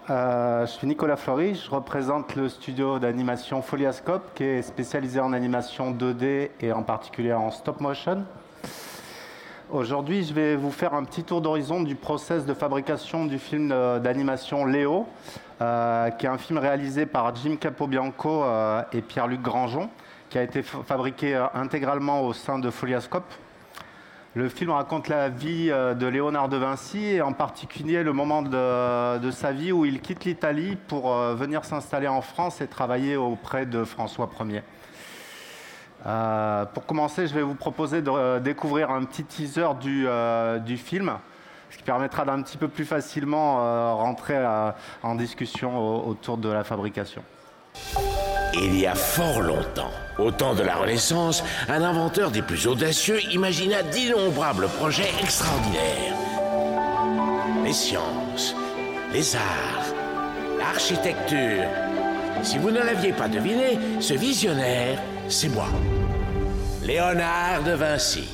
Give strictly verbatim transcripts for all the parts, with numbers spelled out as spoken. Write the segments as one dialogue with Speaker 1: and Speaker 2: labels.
Speaker 1: Euh, je suis Nicolas Flory, je représente le studio d'animation Foliascope qui est spécialisé en animation deux D et en particulier en stop motion. Aujourd'hui, je vais vous faire un petit tour d'horizon du process de fabrication du film d'animation Léo, euh, qui est un film réalisé par Jim Capobianco euh, et Pierre-Luc Grangeon, qui a été fabriqué euh, intégralement au sein de Foliascope. Le film raconte la vie de Léonard de Vinci et en particulier le moment de, de sa vie où il quitte l'Italie pour venir s'installer en France et travailler auprès de François Ier. Euh, pour commencer, je vais vous proposer de découvrir un petit teaser du, euh, du film, ce qui permettra d'un petit peu plus facilement euh, rentrer à, en discussion au, autour de la fabrication.
Speaker 2: Il y a fort longtemps, au temps de la Renaissance, un inventeur des plus audacieux imagina d'innombrables projets extraordinaires. Les sciences, les arts, l'architecture. Si vous ne l'aviez pas deviné, ce visionnaire, c'est moi, Léonard de Vinci.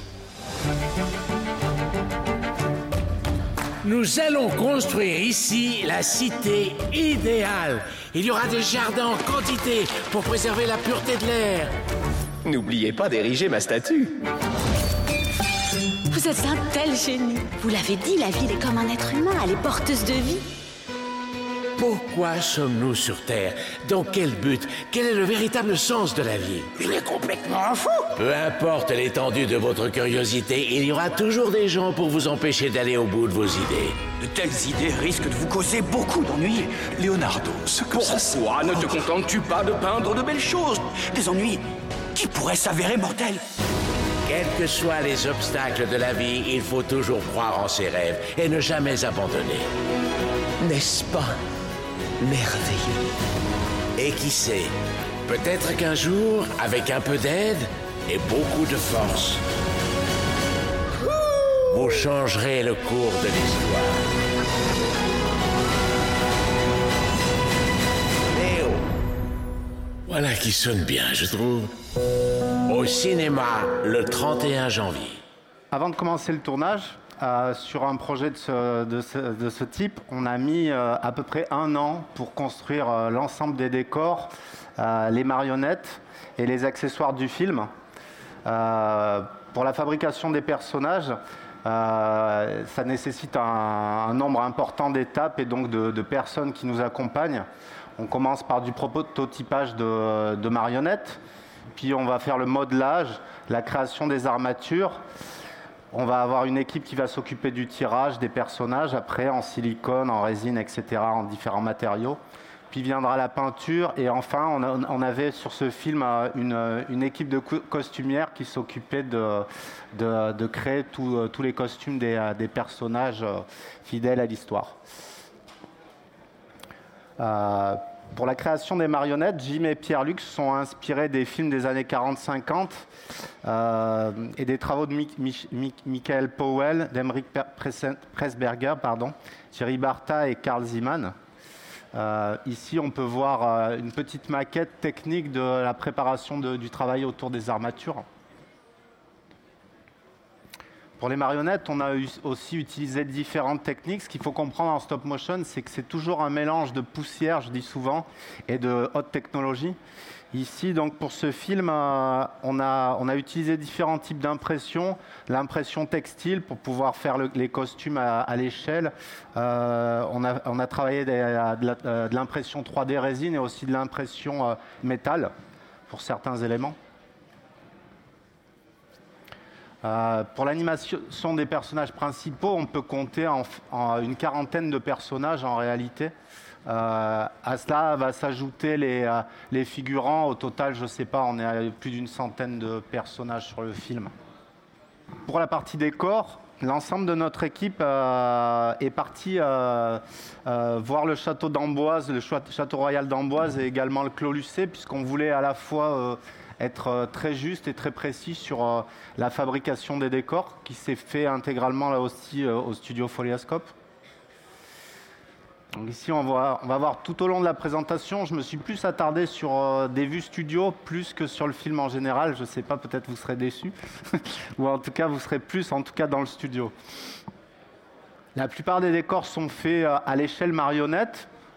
Speaker 2: Nous allons construire ici la cité idéale. Il y aura des jardins en quantité pour préserver la pureté de l'air.
Speaker 3: N'oubliez pas d'ériger ma statue.
Speaker 4: Vous êtes un tel génie. Vous l'avez dit, la ville est comme un être humain, elle est porteuse de vie.
Speaker 2: Pourquoi sommes-nous sur Terre? Dans quel but? Quel est le véritable sens de la vie?
Speaker 5: Il est complètement fou.
Speaker 2: Peu importe l'étendue de votre curiosité, il y aura toujours des gens pour vous empêcher d'aller au bout de vos idées.
Speaker 5: De telles idées risquent de vous causer beaucoup d'ennuis.
Speaker 3: Leonardo, ce que
Speaker 5: Pourquoi
Speaker 3: ça...
Speaker 5: ne te contentes-tu pas de peindre de belles choses? Des ennuis qui pourraient s'avérer mortels.
Speaker 2: Quels que soient les obstacles de la vie, il faut toujours croire en ses rêves et ne jamais abandonner.
Speaker 3: N'est-ce pas merveilleux?
Speaker 2: Et qui sait, peut-être qu'un jour, avec un peu d'aide et beaucoup de force, vous changerez le cours de l'histoire. Léo. Voilà qui sonne bien, je trouve. Au cinéma, le trente et un janvier.
Speaker 1: Avant de commencer le tournage, Euh, sur un projet de ce, de ce, de ce type, on a mis euh, à peu près un an pour construire euh, l'ensemble des décors, euh, les marionnettes et les accessoires du film. Euh, pour la fabrication des personnages, euh, ça nécessite un, un nombre important d'étapes et donc de, de personnes qui nous accompagnent. On commence par du prototypage de, de marionnettes, puis on va faire le modelage, la création des armatures. On va avoir une équipe qui va s'occuper du tirage des personnages, après en silicone, en résine, et cetera, en différents matériaux. Puis viendra la peinture et enfin on, a, on avait sur ce film une, une équipe de costumières qui s'occupait de, de, de créer tout, tous les costumes des, des personnages fidèles à l'histoire. Euh, Pour la création des marionnettes, Jim et Pierre-Luc se sont inspirés des films des années quarante cinquante euh, et des travaux de Mi- Mi- Mi- Michael Powell, d'Emeric Pressburger, pardon, Thierry Barta et Carl Zeman. Euh, ici, on peut voir euh, une petite maquette technique de la préparation de, du travail autour des armatures. Pour les marionnettes, on a aussi utilisé différentes techniques. Ce qu'il faut comprendre en stop motion, c'est que c'est toujours un mélange de poussière, je dis souvent, et de haute technologie. Ici, donc, pour ce film, euh, on, a, on a utilisé différents types d'impression. L'impression textile pour pouvoir faire le, les costumes à, à l'échelle. Euh, on, a, on a travaillé de, de, de l'impression trois D résine et aussi de l'impression euh, métal pour certains éléments. Euh, pour l'animation des personnages principaux, on peut compter en, en une quarantaine de personnages en réalité. Euh, à cela va s'ajouter les, euh, les figurants. Au total, je ne sais pas, on est à plus d'une centaine de personnages sur le film. Pour la partie décor, l'ensemble de notre équipe euh, est parti euh, euh, voir le château d'Amboise, le château royal d'Amboise et également le Clos Lucé, puisqu'on voulait à la fois euh, être très juste et très précis sur euh, la fabrication des décors, qui s'est fait intégralement là aussi euh, au studio Foliascope. Donc ici, on va, on va voir tout au long de la présentation, je me suis plus attardé sur euh, des vues studio plus que sur le film en général. Je ne sais pas, peut-être vous serez déçus, ou en tout cas, vous serez plus en tout cas dans le studio. La plupart des décors sont faits euh, à l'échelle marionnette.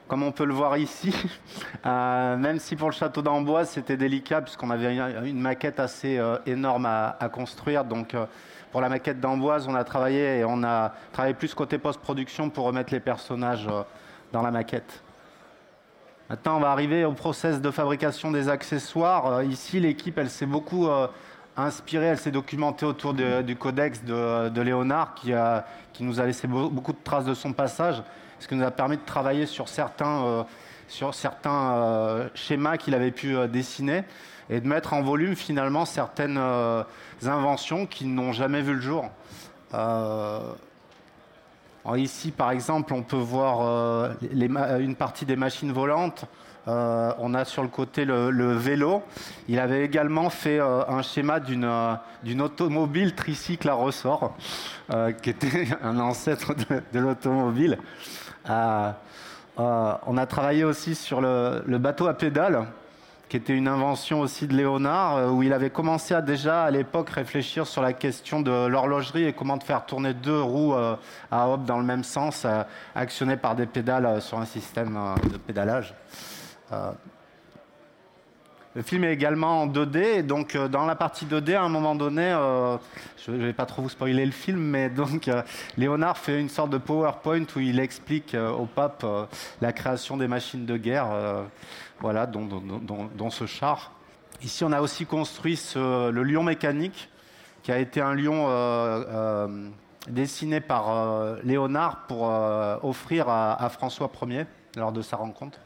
Speaker 1: comme on peut le voir ici, euh, même si pour le château d'Amboise c'était délicat puisqu'on avait une, une maquette assez euh, énorme à, à construire. Donc euh, pour la maquette d'Amboise, on a travaillé et on a travaillé plus côté post-production pour remettre les personnages euh, dans la maquette. Maintenant, on va arriver au process de fabrication des accessoires. Euh, ici, l'équipe, elle s'est beaucoup euh, inspirée, elle s'est documentée autour de, du codex de, de Léonard qui, a, qui nous a laissé beaucoup de traces de son passage, ce qui nous a permis de travailler sur certains, euh, sur certains euh, schémas qu'il avait pu euh, dessiner et de mettre en volume finalement certaines euh, inventions qui n'ont jamais vu le jour. Euh, ici, par exemple, on peut voir euh, les, une partie des machines volantes. Euh, on a sur le côté le, le vélo. Il avait également fait euh, un schéma d'une, euh, d'une automobile tricycle à ressort, euh, qui était un ancêtre de, de l'automobile. Euh, euh, on a travaillé aussi sur le, le bateau à pédales, qui était une invention aussi de Léonard, euh, où il avait commencé à déjà à l'époque réfléchir sur la question de l'horlogerie et comment de faire tourner deux roues euh, à hop dans le même sens, euh, actionnées par des pédales euh, sur un système euh, de pédalage. Euh, le film est également en deux D, et donc euh, dans la partie deux D, à un moment donné, euh, je ne vais pas trop vous spoiler le film, mais donc euh, Léonard fait une sorte de PowerPoint où il explique euh, au pape euh, la création des machines de guerre, euh, voilà, dont, dont, dont, dont ce char. Ici, on a aussi construit ce, le lion mécanique, qui a été un lion euh, euh, dessiné par euh, Léonard pour euh, offrir à, à François Ier lors de sa rencontre.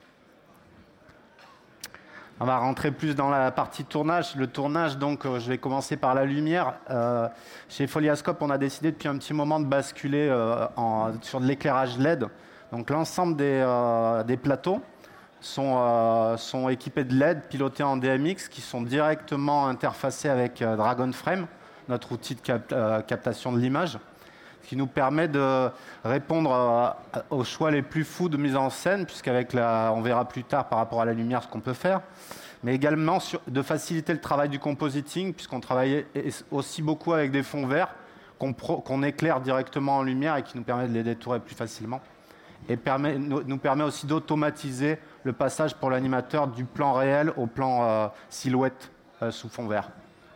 Speaker 1: On va rentrer plus dans la partie tournage. Le tournage, donc, euh, je vais commencer par la lumière. Euh, chez Foliascope, on a décidé depuis un petit moment de basculer euh, en, sur de l'éclairage L E D. Donc, l'ensemble des, euh, des plateaux sont, euh, sont équipés de L E D pilotés en D M X qui sont directement interfacés avec euh, Dragonframe, notre outil de cap- euh, captation de l'image, ce qui nous permet de répondre euh, aux choix les plus fous de mise en scène, puisqu'avec la, on verra plus tard par rapport à la lumière ce qu'on peut faire, mais également sur, de faciliter le travail du compositing, puisqu'on travaillait aussi beaucoup avec des fonds verts qu'on, pro, qu'on éclaire directement en lumière et qui nous permet de les détourer plus facilement, et permet, nous, nous permet aussi d'automatiser le passage pour l'animateur du plan réel au plan euh, silhouette euh, sous fond vert.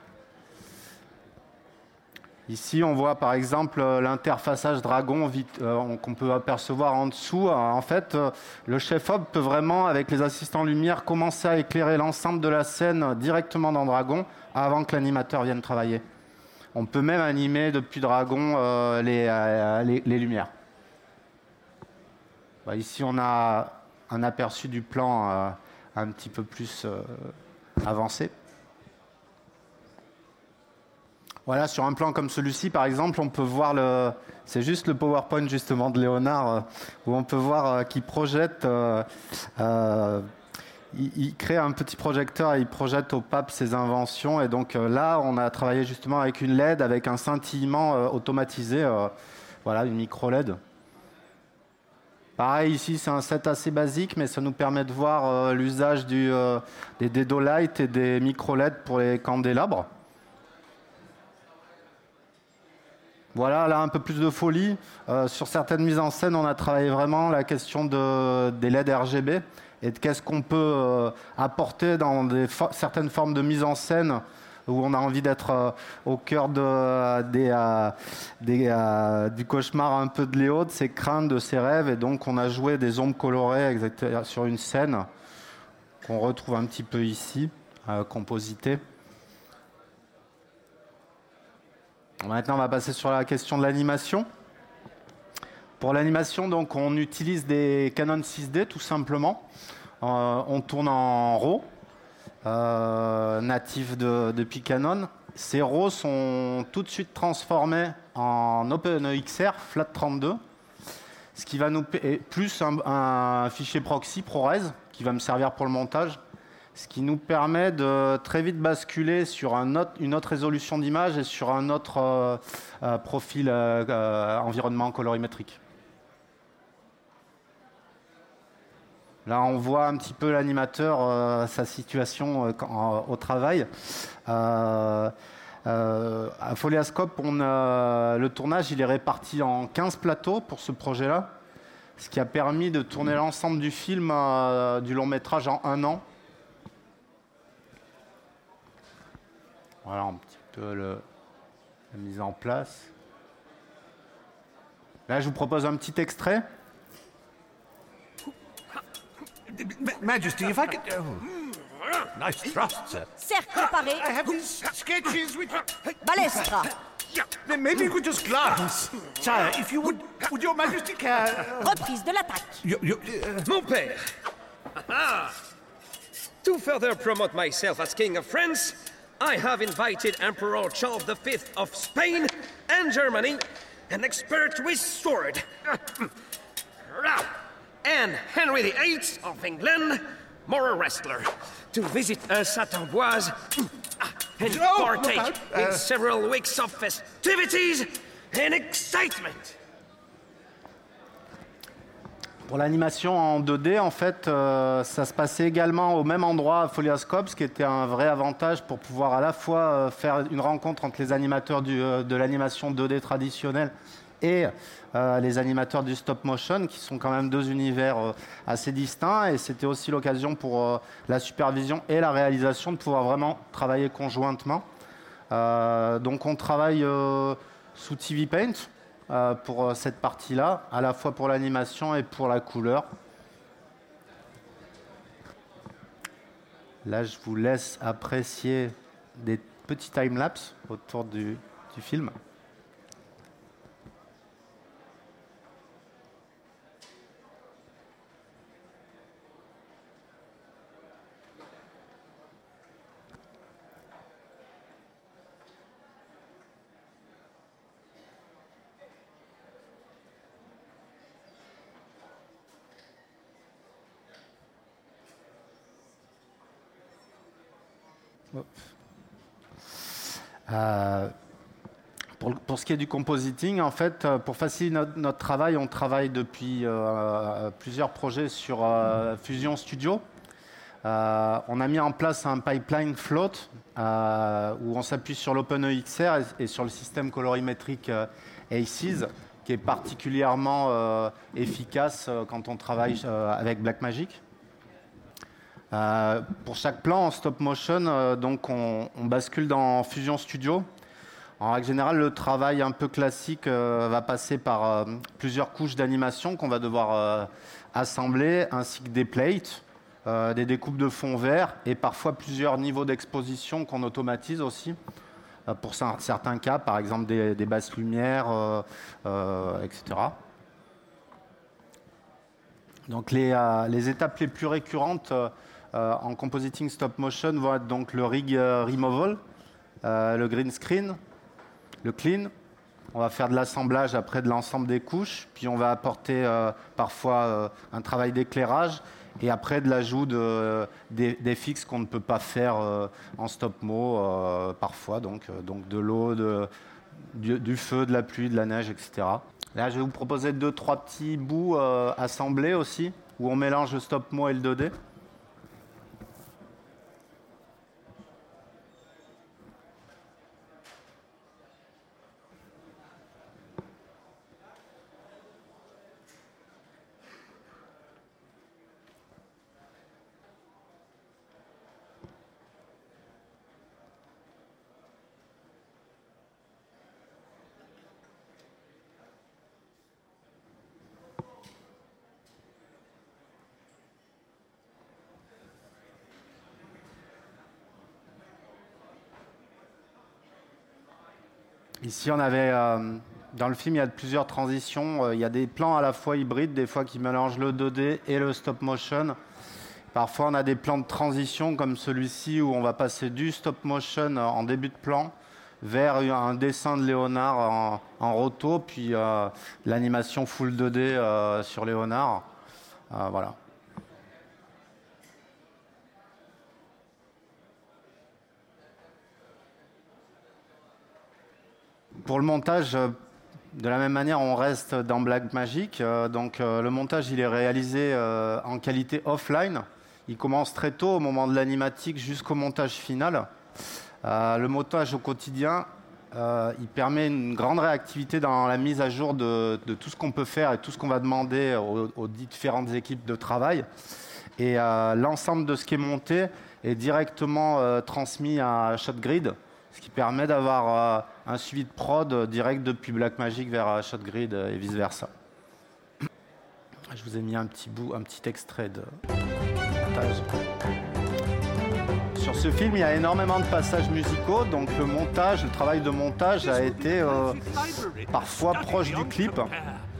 Speaker 1: Ici, on voit par exemple l'interfaçage dragon euh, qu'on peut apercevoir en dessous. En fait, euh, le chef-op peut vraiment, avec les assistants lumière, commencer à éclairer l'ensemble de la scène directement dans Dragon avant que l'animateur vienne travailler. On peut même animer depuis Dragon euh, les, euh, les, les lumières. Bah, ici, on a un aperçu du plan euh, un petit peu plus euh, avancé. Voilà, sur un plan comme celui-ci, par exemple, on peut voir le... C'est juste le PowerPoint, justement, de Léonard, euh, où on peut voir euh, qu'il projette... Euh, euh, il, il crée un petit projecteur et il projette au pape ses inventions. Et donc euh, là, on a travaillé justement avec une L E D, avec un scintillement euh, automatisé. Euh, voilà, une micro-L E D. Pareil, ici, c'est un set assez basique, mais ça nous permet de voir euh, l'usage du, euh, des Dedolight et des micro-L E D pour les candélabres. Voilà, là, un peu plus de folie. Euh, sur certaines mises en scène, on a travaillé vraiment la question de, des L E D R G B et de qu'est-ce qu'on peut euh, apporter dans des fo- certaines formes de mise en scène où on a envie d'être euh, au cœur de, euh, des, euh, des, euh, du cauchemar un peu de Léo, de ses craintes, de ses rêves. Et donc, on a joué des ombres colorées exactement sur une scène qu'on retrouve un petit peu ici, euh, compositée. Maintenant, on va passer sur la question de l'animation. Pour l'animation, donc, on utilise des Canon six D, tout simplement. Euh, on tourne en RAW, euh, natif de, depuis Canon. Ces RAW sont tout de suite transformés en OpenEXR Flat trente-deux, ce qui va nous et plus un, un fichier proxy ProRes qui va me servir pour le montage. Ce qui nous permet de très vite basculer sur un autre, une autre résolution d'image et sur un autre euh, euh, profil euh, euh, environnement colorimétrique. Là, on voit un petit peu l'animateur, euh, sa situation euh, quand, euh, au travail. Euh, euh, à Foliascope, on a, le tournage il est réparti en quinze plateaux pour ce projet-là. ce qui a permis de tourner l'ensemble du film, euh, du long métrage en un an. Voilà un petit peu le, la mise en place. Là, je vous propose un petit extrait.
Speaker 6: Majesty, if I could... Oh. Nice thrust, sir.
Speaker 7: Cercle préparé.
Speaker 6: I have these sketches which...
Speaker 7: Balestra.
Speaker 6: Then maybe you could just glance. Sire, if you would... Would your Majesty care...
Speaker 7: Reprise de l'attaque.
Speaker 6: You, you, uh,
Speaker 8: Mon père. Ah. To further promote myself as King of France, I have invited Emperor Charles the Fifth of Spain and Germany, an expert with sword, and Henry the Eighth of England, more a wrestler, to visit us at Amboise and
Speaker 6: Oh,
Speaker 8: partake
Speaker 6: look out. Uh,
Speaker 8: in several weeks of festivities and excitement.
Speaker 1: Pour l'animation en deux D, en fait, euh, ça se passait également au même endroit à Foliascope, ce qui était un vrai avantage pour pouvoir à la fois euh, faire une rencontre entre les animateurs du, euh, de l'animation deux D traditionnelle et euh, les animateurs du stop motion, qui sont quand même deux univers euh, assez distincts. Et c'était aussi l'occasion pour euh, la supervision et la réalisation de pouvoir vraiment travailler conjointement. Euh, donc on travaille euh, sous T V Paint. Euh, pour euh, cette partie-là, à la fois pour l'animation et pour la couleur. Là, je vous laisse apprécier des petits time-lapse autour du, du film. Euh, pour, pour ce qui est du compositing, en fait, pour faciliter notre, notre travail, on travaille depuis euh, plusieurs projets sur euh, Fusion Studio. Euh, on a mis en place un pipeline float euh, où on s'appuie sur l'OpenEXR et, et sur le système colorimétrique euh, A C E S, qui est particulièrement euh, efficace euh, quand on travaille euh, avec Blackmagic. Euh, pour chaque plan en stop motion, euh, donc on, on bascule dans Fusion Studio. En règle générale, le travail un peu classique euh, va passer par euh, plusieurs couches d'animation qu'on va devoir euh, assembler, ainsi que des plates, euh, des découpes de fond vert et parfois plusieurs niveaux d'exposition qu'on automatise aussi. Euh, pour certains cas, par exemple des, des basses lumières, euh, euh, et cetera. Donc les, euh, les étapes les plus récurrentes euh, Euh, en compositing stop motion vont être donc le rig euh, removal, euh, le green screen, le clean. On va faire de l'assemblage après de l'ensemble des couches, puis on va apporter euh, parfois euh, un travail d'éclairage et après de l'ajout de, des, des fixes qu'on ne peut pas faire euh, en stop mo euh, parfois, donc, euh, donc de l'eau, de, du, du feu, de la pluie, de la neige, et cetera. Là, je vais vous proposer deux, trois petits bouts euh, assemblés aussi, où on mélange le stop mo et le deux D. Ici, on avait, euh, dans le film, il y a plusieurs transitions. Euh, il y a des plans à la fois hybrides, des fois qui mélangent le deux D et le stop motion. Parfois, on a des plans de transition comme celui-ci où on va passer du stop motion en début de plan vers un dessin de Léonard en, en roto, puis euh, l'animation full deux D euh, sur Léonard. Euh, voilà. Pour le montage, de la même manière, on reste dans Blackmagic. Euh, donc, euh, le montage, il est réalisé euh, en qualité offline. Il commence très tôt, au moment de l'animatique, jusqu'au montage final. Euh, le montage au quotidien, Euh, il permet une grande réactivité dans la mise à jour de, de tout ce qu'on peut faire et tout ce qu'on va demander aux, aux différentes équipes de travail. Et euh, l'ensemble de ce qui est monté est directement euh, transmis à ShotGrid, ce qui permet d'avoir euh, un suivi de prod direct depuis Blackmagic vers euh, ShotGrid et vice-versa. Je vous ai mis un petit bout, un petit extrait de montage. Sur ce film, il y a énormément de passages musicaux, donc le montage, le travail de montage a été euh, parfois proche du clip.
Speaker 6: The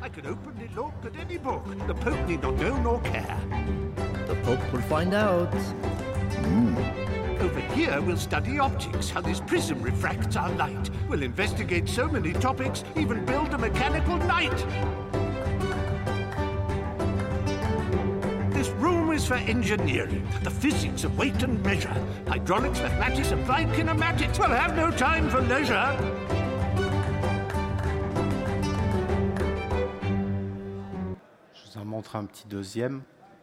Speaker 6: Pope will find out. Over here, we'll study optics, how this prism refracts our light. We'll investigate so many topics, even build a mechanical knight. This room is for engineering, the physics of weight and measure. Hydraulics, mathematics, applied kinematics. We'll have no time for leisure.
Speaker 1: Je vous en montre un petit deuxième.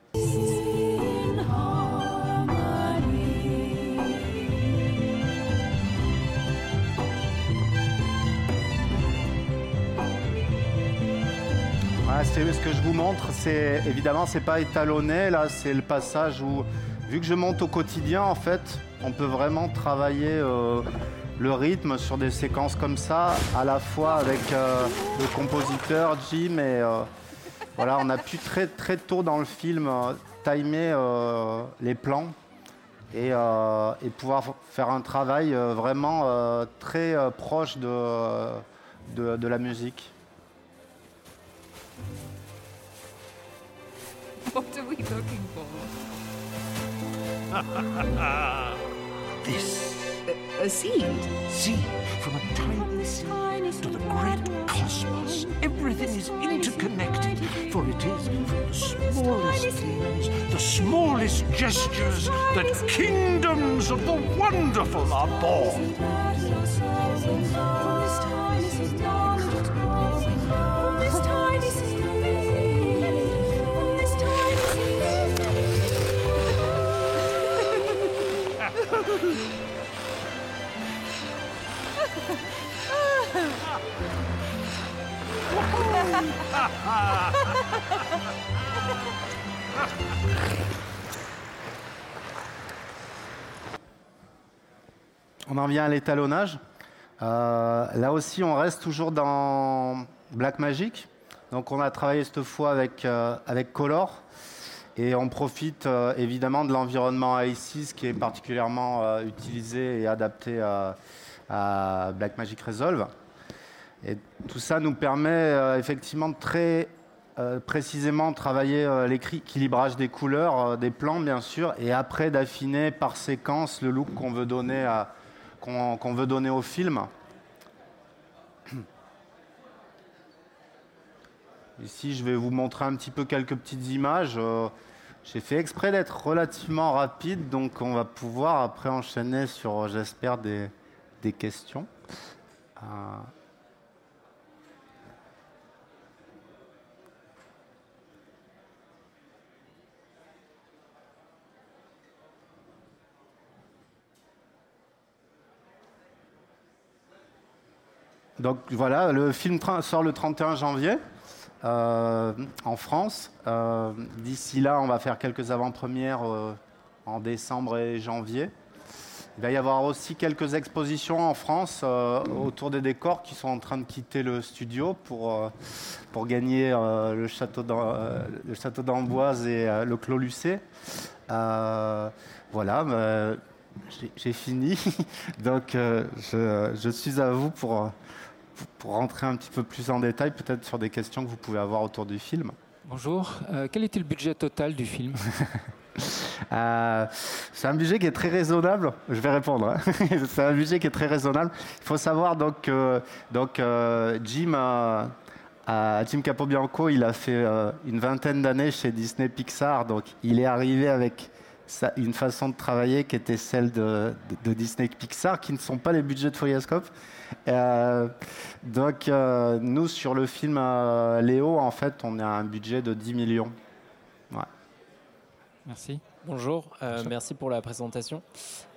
Speaker 1: Voilà, c'est ce que je vous montre, c'est évidemment c'est pas étalonné, là c'est le passage où, vu que je monte au quotidien en fait, on peut vraiment travailler euh, le rythme sur des séquences comme ça, à la fois avec euh, le compositeur Jim et euh, voilà, on a pu très très tôt dans le film euh, timer euh, les plans et, euh, et pouvoir faire un travail euh, vraiment euh, très euh, proche de, de, de la musique.
Speaker 9: What are we looking for?
Speaker 6: This.
Speaker 9: A, a seed?
Speaker 6: See, from a tiny seed to the great cosmos, everything is interconnected, for it is from the smallest things, the smallest gestures, that kingdoms of the wonderful are born.
Speaker 1: On en vient à l'étalonnage. Euh, là aussi, on reste toujours dans Blackmagic. Donc, on a travaillé cette fois avec, euh, avec Color. Et on profite euh, évidemment de l'environnement A I six qui est particulièrement euh, utilisé et adapté à, à Blackmagic Resolve. Et tout ça nous permet euh, effectivement de très euh, précisément travailler euh, l'équilibrage des couleurs, euh, des plans bien sûr, et après d'affiner par séquence le look qu'on veut donner à, qu'on, qu'on veut donner au film. Ici, je vais vous montrer un petit peu quelques petites images. Euh, j'ai fait exprès d'être relativement rapide, donc on va pouvoir après enchaîner sur, j'espère, des, des questions. Euh, Donc voilà, le film sort le trente et un janvier euh, en France. Euh, d'ici là, on va faire quelques avant-premières euh, en décembre et janvier. Il va y avoir aussi quelques expositions en France euh, autour des décors qui sont en train de quitter le studio pour, euh, pour gagner euh, le château d'Amboise et euh, le Clos Lucé. Euh, voilà, bah, j'ai, j'ai fini. Donc euh, je, je suis à vous pour... pour rentrer un petit peu plus en détail, peut-être sur des questions que vous pouvez avoir autour du film.
Speaker 10: Bonjour. Euh, quel était le budget total du film?
Speaker 1: euh, C'est un budget qui est très raisonnable. Je vais répondre. Hein. C'est un budget qui est très raisonnable. Il faut savoir donc, euh, donc euh, Jim, euh, euh, Jim Capobianco, il a fait euh, une vingtaine d'années chez Disney Pixar. Donc il est arrivé avec sa, une façon de travailler qui était celle de, de, de Disney Pixar, qui ne sont pas les budgets de Foyascope. Euh, donc euh, nous sur le film euh, Léo, en fait on a un budget de dix millions. Ouais.
Speaker 10: Merci.
Speaker 11: Bonjour, euh, merci pour la présentation.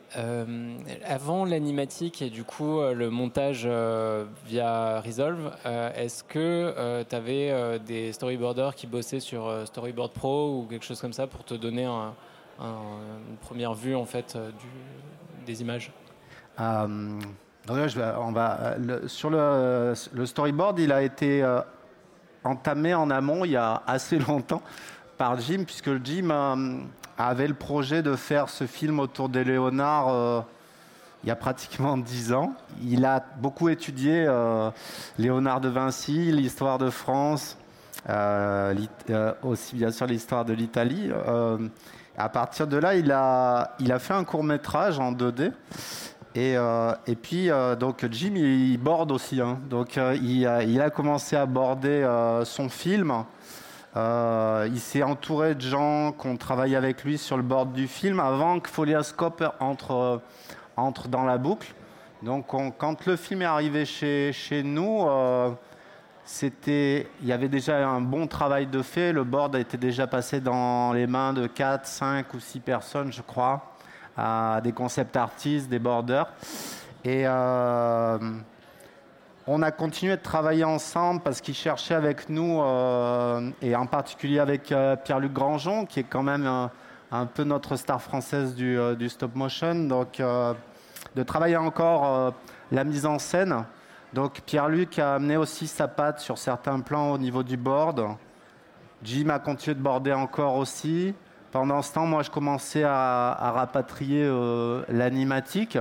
Speaker 10: Euh, avant l'animatique et du coup euh, le montage euh, via Resolve, euh, est-ce que euh, tu avais euh, des storyboarders qui bossaient sur euh, Storyboard Pro ou quelque chose comme ça pour te donner un, un, une première vue en fait euh, du, des images?
Speaker 1: euh, donc là, je vais, on va, le, sur le, le storyboard, il a été euh, entamé en amont il y a assez longtemps par Jim, puisque Jim euh, avait le projet de faire ce film autour des Léonard euh, il y a pratiquement dix ans. Il a beaucoup étudié euh, Léonard de Vinci, l'histoire de France, euh, euh, aussi bien sûr l'histoire de l'Italie. Euh, à partir de là, il a, il a fait un court-métrage en deux D. Et, euh, et puis, euh, donc, Jim, il, il borde aussi. Hein. Donc, euh, il, a, il a commencé à border euh, son film. Euh, il s'est entouré de gens qui ont travaillé avec lui sur le board du film avant que Foliascope entre, euh, entre dans la boucle. Donc, on, quand le film est arrivé chez, chez nous, euh, c'était, il y avait déjà un bon travail de fait. Le board a été déjà passé dans les mains de quatre, cinq ou six personnes, je crois, à des concept artistes, des boarders. Et euh, on a continué de travailler ensemble parce qu'il cherchait avec nous, euh, et en particulier avec euh, Pierre-Luc Grangeon, qui est quand même un, un peu notre star française du, euh, du stop motion. Donc, euh, de travailler encore euh, la mise en scène. Donc, Pierre-Luc a amené aussi sa patte sur certains plans au niveau du board. Jim a continué de border encore aussi. Pendant ce temps, moi, je commençais à, à rapatrier euh, l'animatique.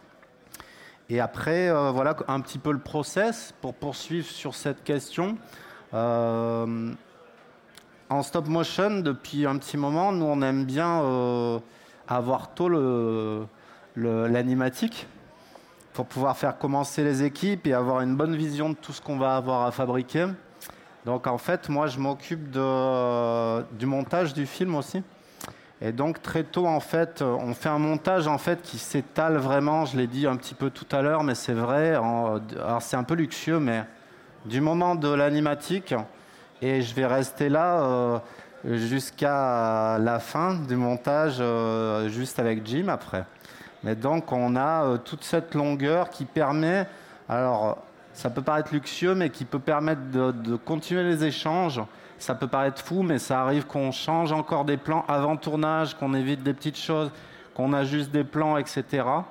Speaker 1: Et après, euh, voilà un petit peu le process pour poursuivre sur cette question. Euh, en stop motion, depuis un petit moment, nous, on aime bien euh, avoir tôt le, le, l'animatique pour pouvoir faire commencer les équipes et avoir une bonne vision de tout ce qu'on va avoir à fabriquer. Donc, en fait, moi, je m'occupe de, du montage du film aussi. Et donc très tôt, en fait, on fait un montage en fait qui s'étale vraiment. Je l'ai dit un petit peu tout à l'heure, mais c'est vrai. En, alors c'est un peu luxueux, mais du moment de l'animatique, et je vais rester là euh, jusqu'à la fin du montage, euh, juste avec Jim après. Mais donc on a euh, toute cette longueur qui permet, alors ça peut paraître luxueux, mais qui peut permettre de, de continuer les échanges. Ça peut paraître fou, mais ça arrive qu'on change encore des plans avant tournage, qu'on évite des petites choses, qu'on ajuste des plans, et cetera.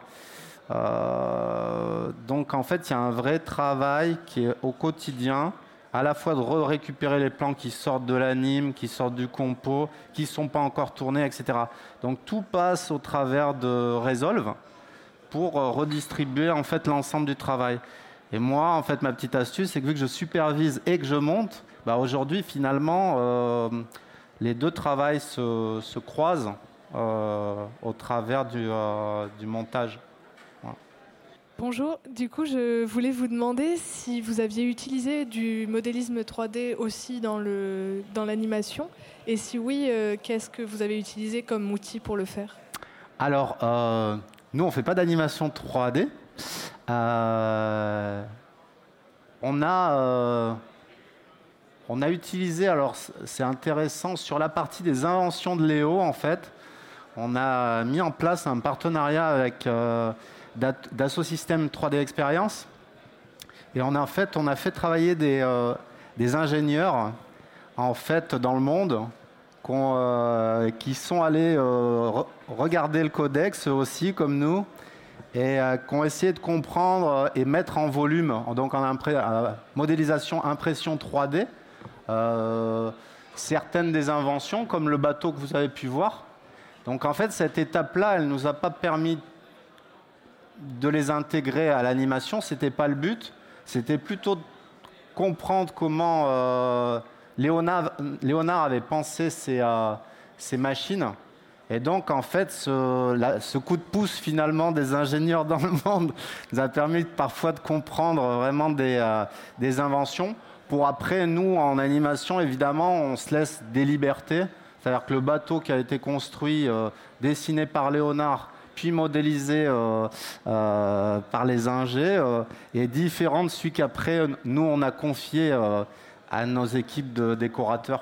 Speaker 1: Euh, donc en fait, il y a un vrai travail qui est au quotidien, à la fois de récupérer les plans qui sortent de l'anime, qui sortent du compo, qui ne sont pas encore tournés, et cetera. Donc tout passe au travers de Resolve pour redistribuer en fait l'ensemble du travail. Et moi, en fait, ma petite astuce, c'est que vu que je supervise et que je monte, bah aujourd'hui, finalement, euh, les deux travails se, se croisent euh, au travers du, euh, du montage. Voilà.
Speaker 11: Bonjour, du coup, je voulais vous demander si vous aviez utilisé du modélisme trois D aussi dans, le, dans l'animation, et si oui, euh, qu'est-ce que vous avez utilisé comme outil pour le faire?
Speaker 1: Alors, euh, nous, on ne fait pas d'animation trois D. Euh, on a... Euh, On a utilisé, alors c'est intéressant, sur la partie des inventions de Léo, en fait, on a mis en place un partenariat avec euh, Dassault Systèmes trois D Experience. Et on a, en fait, on a fait travailler des, euh, des ingénieurs en fait, dans le monde euh, qui sont allés euh, re- regarder le codex eux aussi, comme nous, et euh, qui ont essayé de comprendre et mettre en volume, donc en impré- euh, modélisation impression trois D, Euh, certaines des inventions, comme le bateau que vous avez pu voir. Donc en fait, cette étape-là, elle ne nous a pas permis de les intégrer à l'animation, ce n'était pas le but. C'était plutôt de comprendre comment euh, Léonard, Léonard avait pensé ces, euh, ces machines. Et donc, en fait, ce, la, ce coup de pouce, finalement, des ingénieurs dans le monde nous a permis parfois de comprendre vraiment des, euh, des inventions. Pour après, nous, en animation, évidemment, on se laisse des libertés. C'est-à-dire que le bateau qui a été construit, euh, dessiné par Léonard, puis modélisé euh, euh, par les ingés, euh, est différent de celui qu'après, nous, on a confié euh, à nos équipes de décorateurs.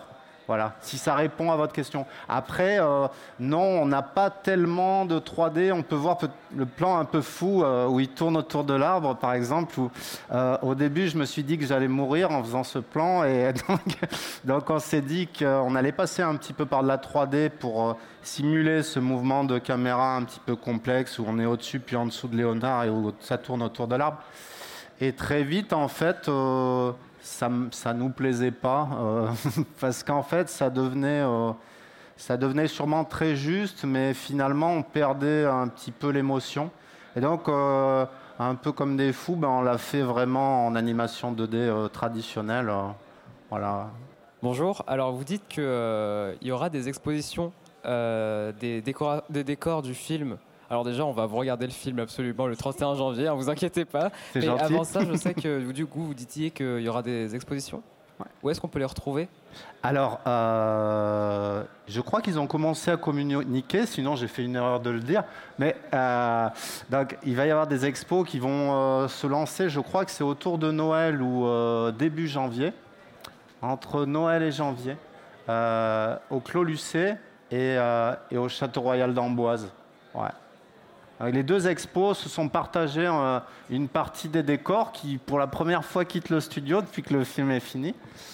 Speaker 1: Voilà, si ça répond à votre question. Après, euh, non, on n'a pas tellement de trois D. On peut voir peut- le plan un peu fou euh, où il tourne autour de l'arbre, par exemple. Où, euh, au début, je me suis dit que j'allais mourir en faisant ce plan. Et donc, donc on s'est dit qu'on allait passer un petit peu par de la trois D pour euh, simuler ce mouvement de caméra un petit peu complexe où on est au-dessus puis en dessous de Léonard et où ça tourne autour de l'arbre. Et très vite, en fait... Euh, ça ne nous plaisait pas, euh, parce qu'en fait, ça devenait, euh, ça devenait sûrement très juste, mais finalement, on perdait un petit peu l'émotion. Et donc, euh, un peu comme des fous, ben, on l'a fait vraiment en animation deux D euh, traditionnelle. Euh, voilà.
Speaker 12: Bonjour, alors vous dites qu'il euh, y aura des expositions euh, des, décora- des décors du film. Alors déjà, on va vous regarder le film absolument le trente et un janvier, ne vous inquiétez pas.
Speaker 1: C'est
Speaker 12: Mais
Speaker 1: gentil.
Speaker 12: avant ça, je sais que du coup, vous disiez qu'il y aura des expositions. Ouais. Où est-ce qu'on peut les retrouver ?
Speaker 1: Alors, euh, je crois qu'ils ont commencé à communiquer, sinon j'ai fait une erreur de le dire. Mais euh, donc, il va y avoir des expos qui vont euh, se lancer, je crois que c'est autour de Noël ou euh, début janvier, entre Noël et janvier, euh, au Clos Lucé et, euh, et au Château Royal d'Amboise. Ouais. Les deux expos se sont partagés euh, une partie des décors qui, pour la première fois, quittent le studio depuis que le film est fini.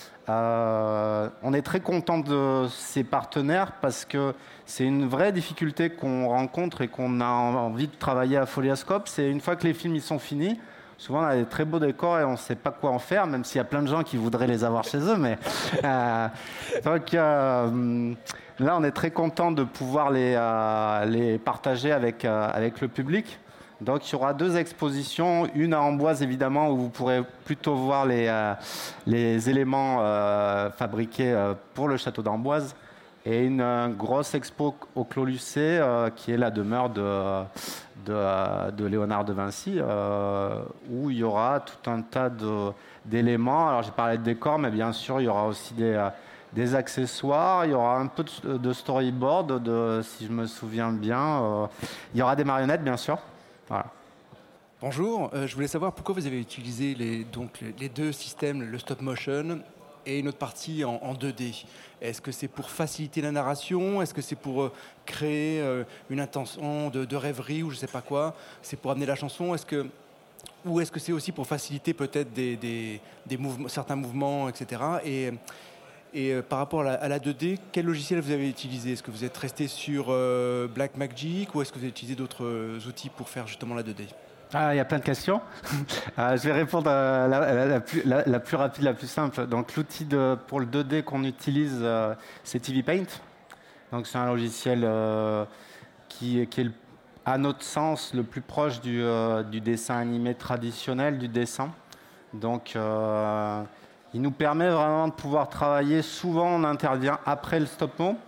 Speaker 1: Euh, on est très content de ces partenaires parce que c'est une vraie difficulté qu'on rencontre et qu'on a envie de travailler à Foliascope. C'est une fois que les films ils sont finis, souvent on a des très beaux décors et on ne sait pas quoi en faire, même s'il y a plein de gens qui voudraient les avoir chez eux. Mais euh, donc, euh, là, on est très content de pouvoir les, euh, les partager avec, euh, avec le public. Donc, il y aura deux expositions, une à Amboise, évidemment, où vous pourrez plutôt voir les, euh, les éléments euh, fabriqués euh, pour le château d'Amboise, et une euh, grosse expo au Clos Lucé, euh, qui est la demeure de, de, euh, de Léonard de Vinci, euh, où il y aura tout un tas de, d'éléments. Alors, j'ai parlé de décors, mais bien sûr, il y aura aussi des... Euh, des accessoires, il y aura un peu de, de storyboard, de, si je me souviens bien. Euh, il y aura des marionnettes, bien sûr. Voilà.
Speaker 13: Bonjour, euh, je voulais savoir pourquoi vous avez utilisé les, donc, les, les deux systèmes, le stop motion et une autre partie en, en deux D. Est-ce que c'est pour faciliter la narration ? Est-ce que c'est pour euh, créer euh, une intention de, de rêverie ou je ne sais pas quoi ? C'est pour amener la chanson ? Est-ce que, ou est-ce que c'est aussi pour faciliter peut-être des, des, des mouvements, certains mouvements, et cetera. Et, Et euh, par rapport à la, à la deux D, quel logiciel vous avez utilisé ? Est-ce que vous êtes resté sur euh, Blackmagic ou est-ce que vous avez utilisé d'autres euh, outils pour faire justement la deux D ?
Speaker 1: Ah, il y a plein de questions. euh, je vais répondre à la, la, la, plus, la, la plus rapide, la plus simple. Donc, l'outil de, pour le deux D qu'on utilise, euh, c'est T V Paint. Donc, c'est un logiciel euh, qui, qui est, à notre sens, le plus proche du, euh, du dessin animé traditionnel, du dessin. Donc, euh, il nous permet vraiment de pouvoir travailler. Souvent, on intervient après le stop-mo.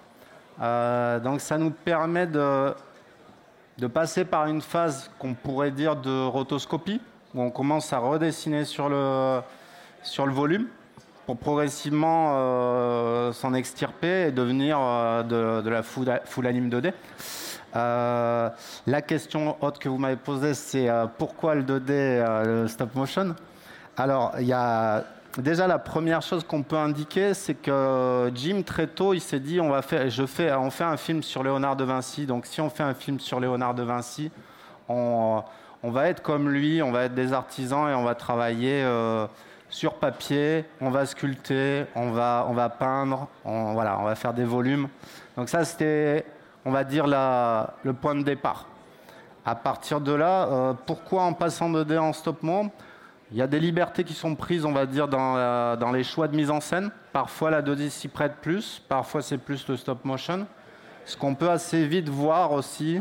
Speaker 1: Euh, donc, ça nous permet de, de passer par une phase qu'on pourrait dire de rotoscopie, où on commence à redessiner sur le, sur le volume pour progressivement euh, s'en extirper et devenir euh, de, de la full, full anime deux D. Euh, la question haute que vous m'avez posée, c'est euh, pourquoi le deux D, euh, le stop motion ? Alors, il y a... Déjà, la première chose qu'on peut indiquer, c'est que Jim, très tôt, il s'est dit on va faire, je fais, on fait un film sur Léonard de Vinci. Donc, si on fait un film sur Léonard de Vinci, on, on va être comme lui, on va être des artisans et on va travailler euh, sur papier, on va sculpter, on va, on va peindre, on, voilà, on va faire des volumes. Donc ça, c'était, on va dire, la, le point de départ. À partir de là, euh, pourquoi en passant de deux D en stop-mo ? Il y a des libertés qui sont prises, on va dire, dans, euh, dans les choix de mise en scène. Parfois, la deux D s'y prête plus, parfois c'est plus le stop motion. Ce qu'on peut assez vite voir aussi,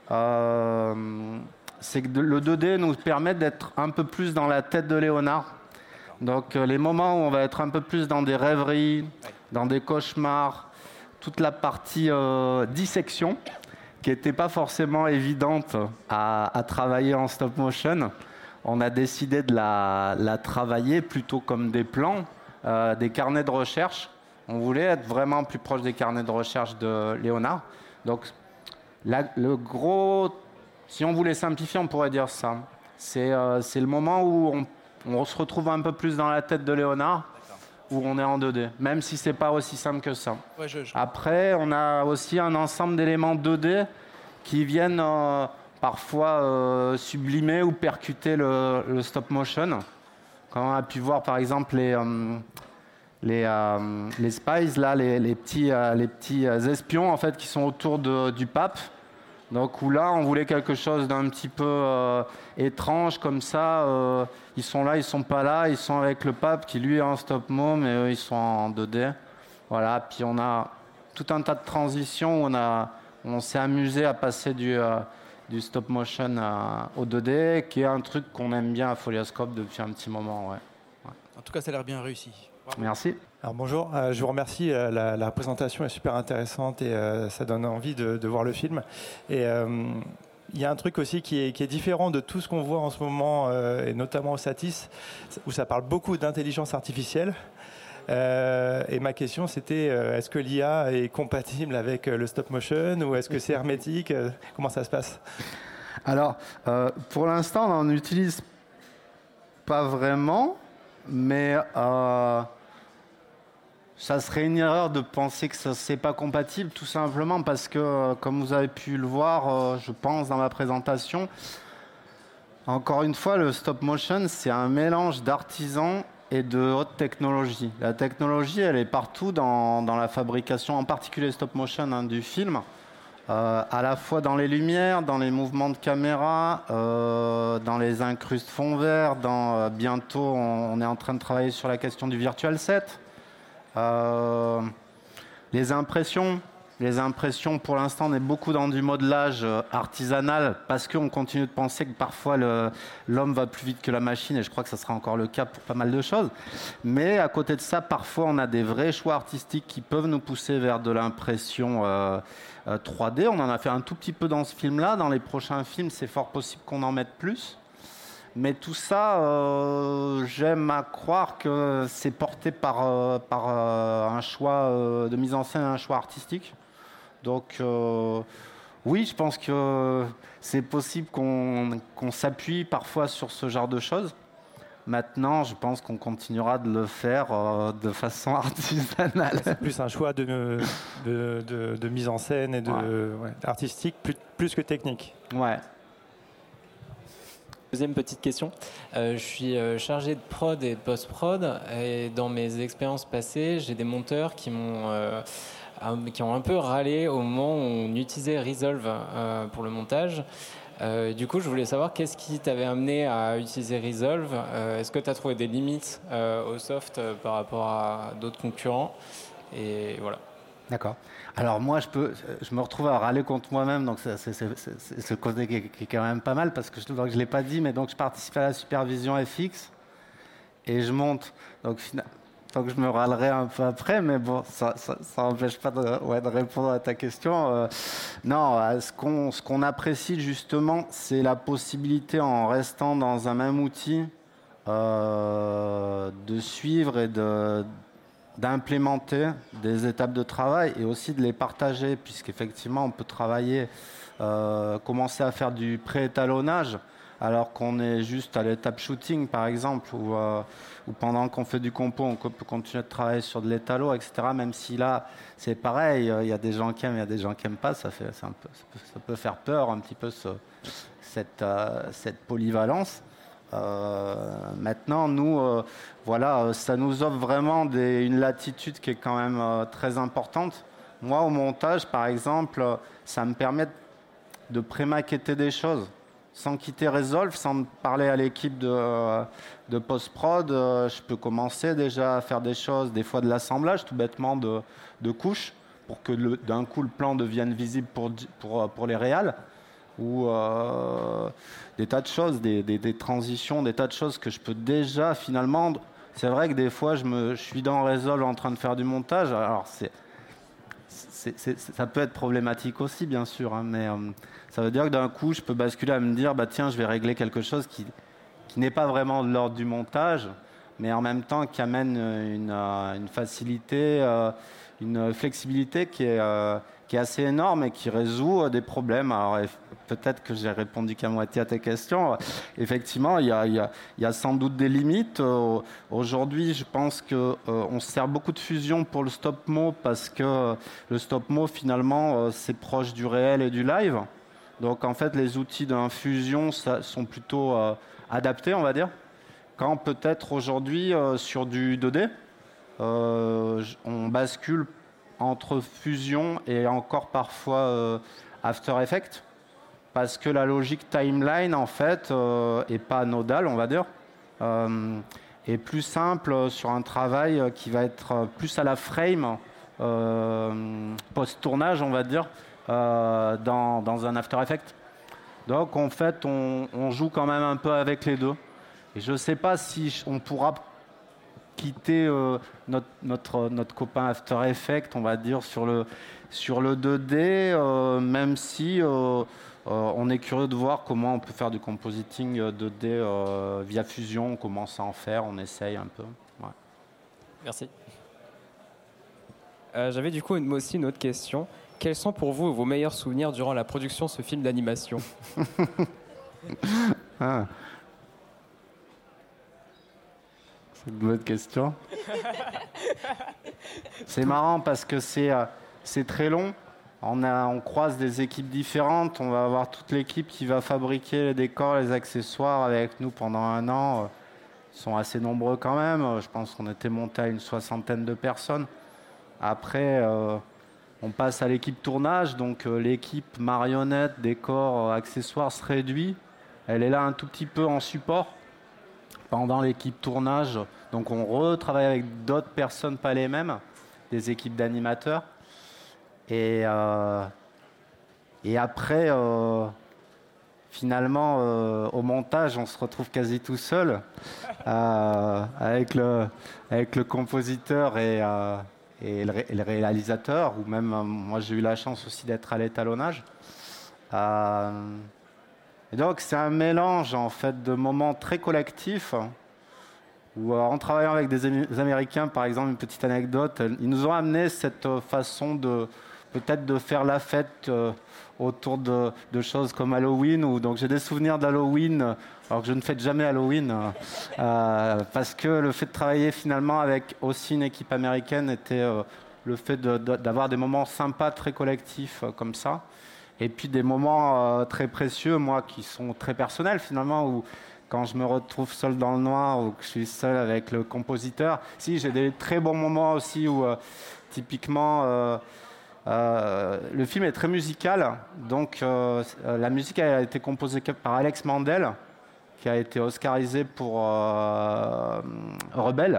Speaker 1: euh, c'est que le deux D nous permet d'être un peu plus dans la tête de Léonard. Donc euh, les moments où on va être un peu plus dans des rêveries, dans des cauchemars, toute la partie euh, dissection, qui n'était pas forcément évidente à, à travailler en stop motion. On a décidé de la, la travailler plutôt comme des plans, euh, des carnets de recherche. On voulait être vraiment plus proche des carnets de recherche de Léonard. Donc, la, le gros, si on voulait simplifier, on pourrait dire ça. C'est, euh, c'est le moment où on, on se retrouve un peu plus dans la tête de Léonard. où on est en deux D, même si c'est pas aussi simple que ça.
Speaker 13: Ouais, je, je...
Speaker 1: Après, on a aussi un ensemble d'éléments deux D qui viennent euh, parfois euh, sublimer ou percuter le, le stop motion. Quand on a pu voir par exemple les, euh, les, euh, les spies, là, les, les petits, euh, les petits espions en fait, qui sont autour de, du pape. Donc où là, on voulait quelque chose d'un petit peu euh, étrange comme ça. Euh, ils sont là, ils sont pas là. Ils sont avec le pape qui lui est en stop-mo, mais eux, ils sont en deux D. Voilà. Puis on a tout un tas de transitions où on, a, on s'est amusé à passer du, euh, du stop-motion à, au deux D, qui est un truc qu'on aime bien à Folioscope depuis un petit moment. Ouais. Ouais.
Speaker 13: En tout cas, ça a l'air bien réussi. Bravo.
Speaker 1: Merci.
Speaker 14: Alors bonjour, euh, je vous remercie, euh, la, la présentation est super intéressante et euh, ça donne envie de, de voir le film. Et il euh, y a un truc aussi qui est, qui est différent de tout ce qu'on voit en ce moment, euh, et notamment au Satis, où ça parle beaucoup d'intelligence artificielle. Euh, et ma question c'était, euh, est-ce que l'I A est compatible avec le stop motion ou est-ce que c'est hermétique? Comment ça se passe?
Speaker 1: Alors, euh, pour l'instant, on n'en utilise pas vraiment, mais... Euh ça serait une erreur de penser que ce n'est pas compatible, tout simplement parce que, comme vous avez pu le voir, je pense, dans ma présentation, encore une fois, le stop motion, c'est un mélange d'artisans et de haute technologie. La technologie, elle est partout dans, dans la fabrication, en particulier stop motion hein, du film, euh, à la fois dans les lumières, dans les mouvements de caméra, euh, dans les incrustes fond vert, dans, euh, bientôt, on, on est en train de travailler sur la question du virtual set. Euh, les impressions, les impressions pour l'instant on est beaucoup dans du modelage euh, artisanal parce qu'on continue de penser que parfois le, l'homme va plus vite que la machine et je crois que ça sera encore le cas pour pas mal de choses. Mais à côté de ça, parfois on a des vrais choix artistiques qui peuvent nous pousser vers de l'impression euh, euh, trois D. On en a fait un tout petit peu dans ce film-là. Dans les prochains films, c'est fort possible qu'on en mette plus. Mais tout ça, euh, j'aime à croire que c'est porté par, euh, par euh, un choix euh, de mise en scène, un choix artistique. Donc euh, oui, je pense que c'est possible qu'on, qu'on s'appuie parfois sur ce genre de choses. Maintenant, je pense qu'on continuera de le faire euh, de façon artisanale.
Speaker 14: C'est plus un choix de, de, de, de mise en scène et de, ouais. Ouais, artistique, plus, plus que technique.
Speaker 1: Ouais.
Speaker 10: Deuxième petite question. Euh, je suis euh, chargé de prod et de post-prod et dans mes expériences passées, j'ai des monteurs qui m'ont euh, qui ont un peu râlé au moment où on utilisait Resolve euh, pour le montage. Euh, du coup, je voulais savoir qu'est-ce qui t'avait amené à utiliser Resolve. Euh, est-ce que tu as trouvé des limites euh, au soft euh, par rapport à d'autres concurrents? Et voilà.
Speaker 1: D'accord. Alors moi, je, peux, je me retrouve à râler contre moi-même, donc c'est, c'est, c'est, c'est ce côté qui est, qui est quand même pas mal, parce que je ne l'ai pas dit, mais donc je participe à la supervision F X, et je monte. Donc, donc je me râlerai un peu après, mais bon, ça n'empêche pas de, ouais, de répondre à ta question. Euh, non, ce qu'on, ce qu'on apprécie justement, c'est la possibilité, en restant dans un même outil, euh, de suivre et de... d'implémenter des étapes de travail et aussi de les partager, puisqu'effectivement on peut travailler, euh, commencer à faire du pré-étalonnage alors qu'on est juste à l'étape shooting par exemple, ou euh, pendant qu'on fait du compo on peut continuer de travailler sur de l'étalo, et cetera. Même si là c'est pareil, il y a des gens qui aiment, il y a des gens qui n'aiment pas, ça, fait, c'est un peu, ça, peut, ça peut faire peur un petit peu ce, cette, euh, cette polyvalence. Euh, maintenant, nous, euh, voilà, ça nous offre vraiment des, une latitude qui est quand même euh, très importante. Moi, au montage, par exemple, ça me permet de pré-maqueter des choses sans quitter Resolve, sans parler à l'équipe de, de post-prod. Euh, je peux commencer déjà à faire des choses, des fois de l'assemblage, tout bêtement, de, de couches, pour que le, d'un coup le plan devienne visible pour, pour, pour les réals. Ou euh, des tas de choses, des, des, des transitions, des tas de choses que je peux déjà finalement... C'est vrai que des fois, je, me, je suis dans Resolve en train de faire du montage. Alors, c'est, c'est, c'est, ça peut être problématique aussi, bien sûr, hein, mais euh, ça veut dire que d'un coup, je peux basculer à me dire, bah, tiens, je vais régler quelque chose qui, qui n'est pas vraiment de l'ordre du montage, mais en même temps qui amène une, une facilité, euh, une flexibilité qui est, euh, qui est assez énorme et qui résout euh, des problèmes. Alors peut-être que j'ai répondu qu'à moitié à tes questions. Effectivement, il y a, il y a, il y a sans doute des limites. Euh, aujourd'hui, je pense qu'on euh, se sert beaucoup de fusion pour le stop-mo parce que euh, le stop-mo, finalement, euh, c'est proche du réel et du live. Donc en fait, les outils d'infusion ça, sont plutôt euh, adaptés, on va dire. Quand peut-être aujourd'hui, euh, sur du deux D, euh, on bascule entre fusion et encore parfois euh, After Effects, parce que la logique timeline, en fait, euh, est pas nodale, on va dire, euh, est plus simple sur un travail qui va être plus à la frame, euh, post-tournage, on va dire, euh, dans, dans un After Effects. Donc, en fait, on, on joue quand même un peu avec les deux. Et je ne sais pas si on pourra quitter euh, notre, notre, notre copain After Effects, on va dire, sur le, sur le deux D, euh, même si euh, euh, on est curieux de voir comment on peut faire du compositing deux D euh, via Fusion, on commence à en faire, on essaye un peu. Ouais.
Speaker 12: Merci. Euh, j'avais du coup une, aussi une autre question. Quels sont pour vous vos meilleurs souvenirs durant la production de ce film d'animation?
Speaker 1: ah. C'est une bonne question. C'est marrant parce que c'est, euh, c'est très long. On, a, on croise des équipes différentes. On va avoir toute l'équipe qui va fabriquer les décors, les accessoires avec nous pendant un an. Ils sont assez nombreux quand même. Je pense qu'on était monté à une soixantaine de personnes. Après, euh, on passe à l'équipe tournage. Donc euh, l'équipe marionnette, décors, euh, accessoires se réduit. Elle est là un tout petit peu en support pendant l'équipe tournage. Donc on retravaille avec d'autres personnes, pas les mêmes, des équipes d'animateurs. Et, euh, et après, euh, finalement, euh, au montage, on se retrouve quasi tout seul euh, avec, le, avec le compositeur et, euh, et, le, ré, et le réalisateur, ou même, euh, moi j'ai eu la chance aussi d'être à l'étalonnage. Euh, et donc c'est un mélange en fait de moments très collectifs, où euh, en travaillant avec des Américains, par exemple, une petite anecdote, ils nous ont amené cette façon de peut-être de faire la fête euh, autour de, de choses comme Halloween. Ou, donc j'ai des souvenirs d'Halloween, alors que je ne fête jamais Halloween, euh, parce que le fait de travailler finalement avec aussi une équipe américaine était euh, le fait de, de, d'avoir des moments sympas, très collectifs euh, comme ça. Et puis des moments euh, très précieux, moi, qui sont très personnels finalement, où quand je me retrouve seul dans le noir ou que je suis seul avec le compositeur. Si, j'ai des très bons moments aussi où, euh, typiquement, euh, euh, le film est très musical. Donc, euh, la musique a été composée par Alex Mandel, qui a été oscarisé pour euh, Rebelle.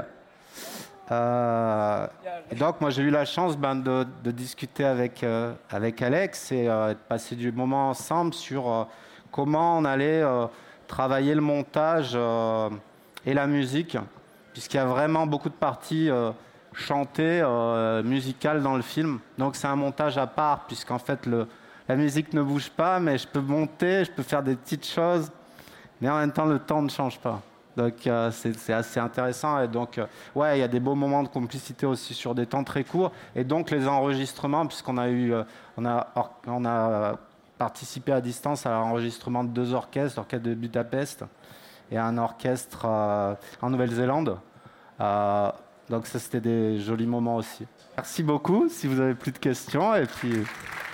Speaker 1: Euh, et donc, moi, j'ai eu la chance ben, de, de discuter avec, euh, avec Alex et euh, de passer du moment ensemble sur euh, comment on allait euh, travailler le montage euh, et la musique, puisqu'il y a vraiment beaucoup de parties euh, chantées, euh, musicales dans le film. Donc, c'est un montage à part, puisqu'en fait, le, la musique ne bouge pas, mais je peux monter, je peux faire des petites choses, mais en même temps, le temps ne change pas. Donc euh, c'est, c'est assez intéressant. Et donc, euh, ouais, il y a des beaux moments de complicité aussi sur des temps très courts. Et donc les enregistrements, puisqu'on a eu, euh, on a, or, on a participé à distance à l'enregistrement de deux orchestres, l'orchestre de Budapest et un orchestre euh, en Nouvelle-Zélande. Euh, donc ça, c'était des jolis moments aussi. Merci beaucoup. Si vous avez plus de questions, et puis.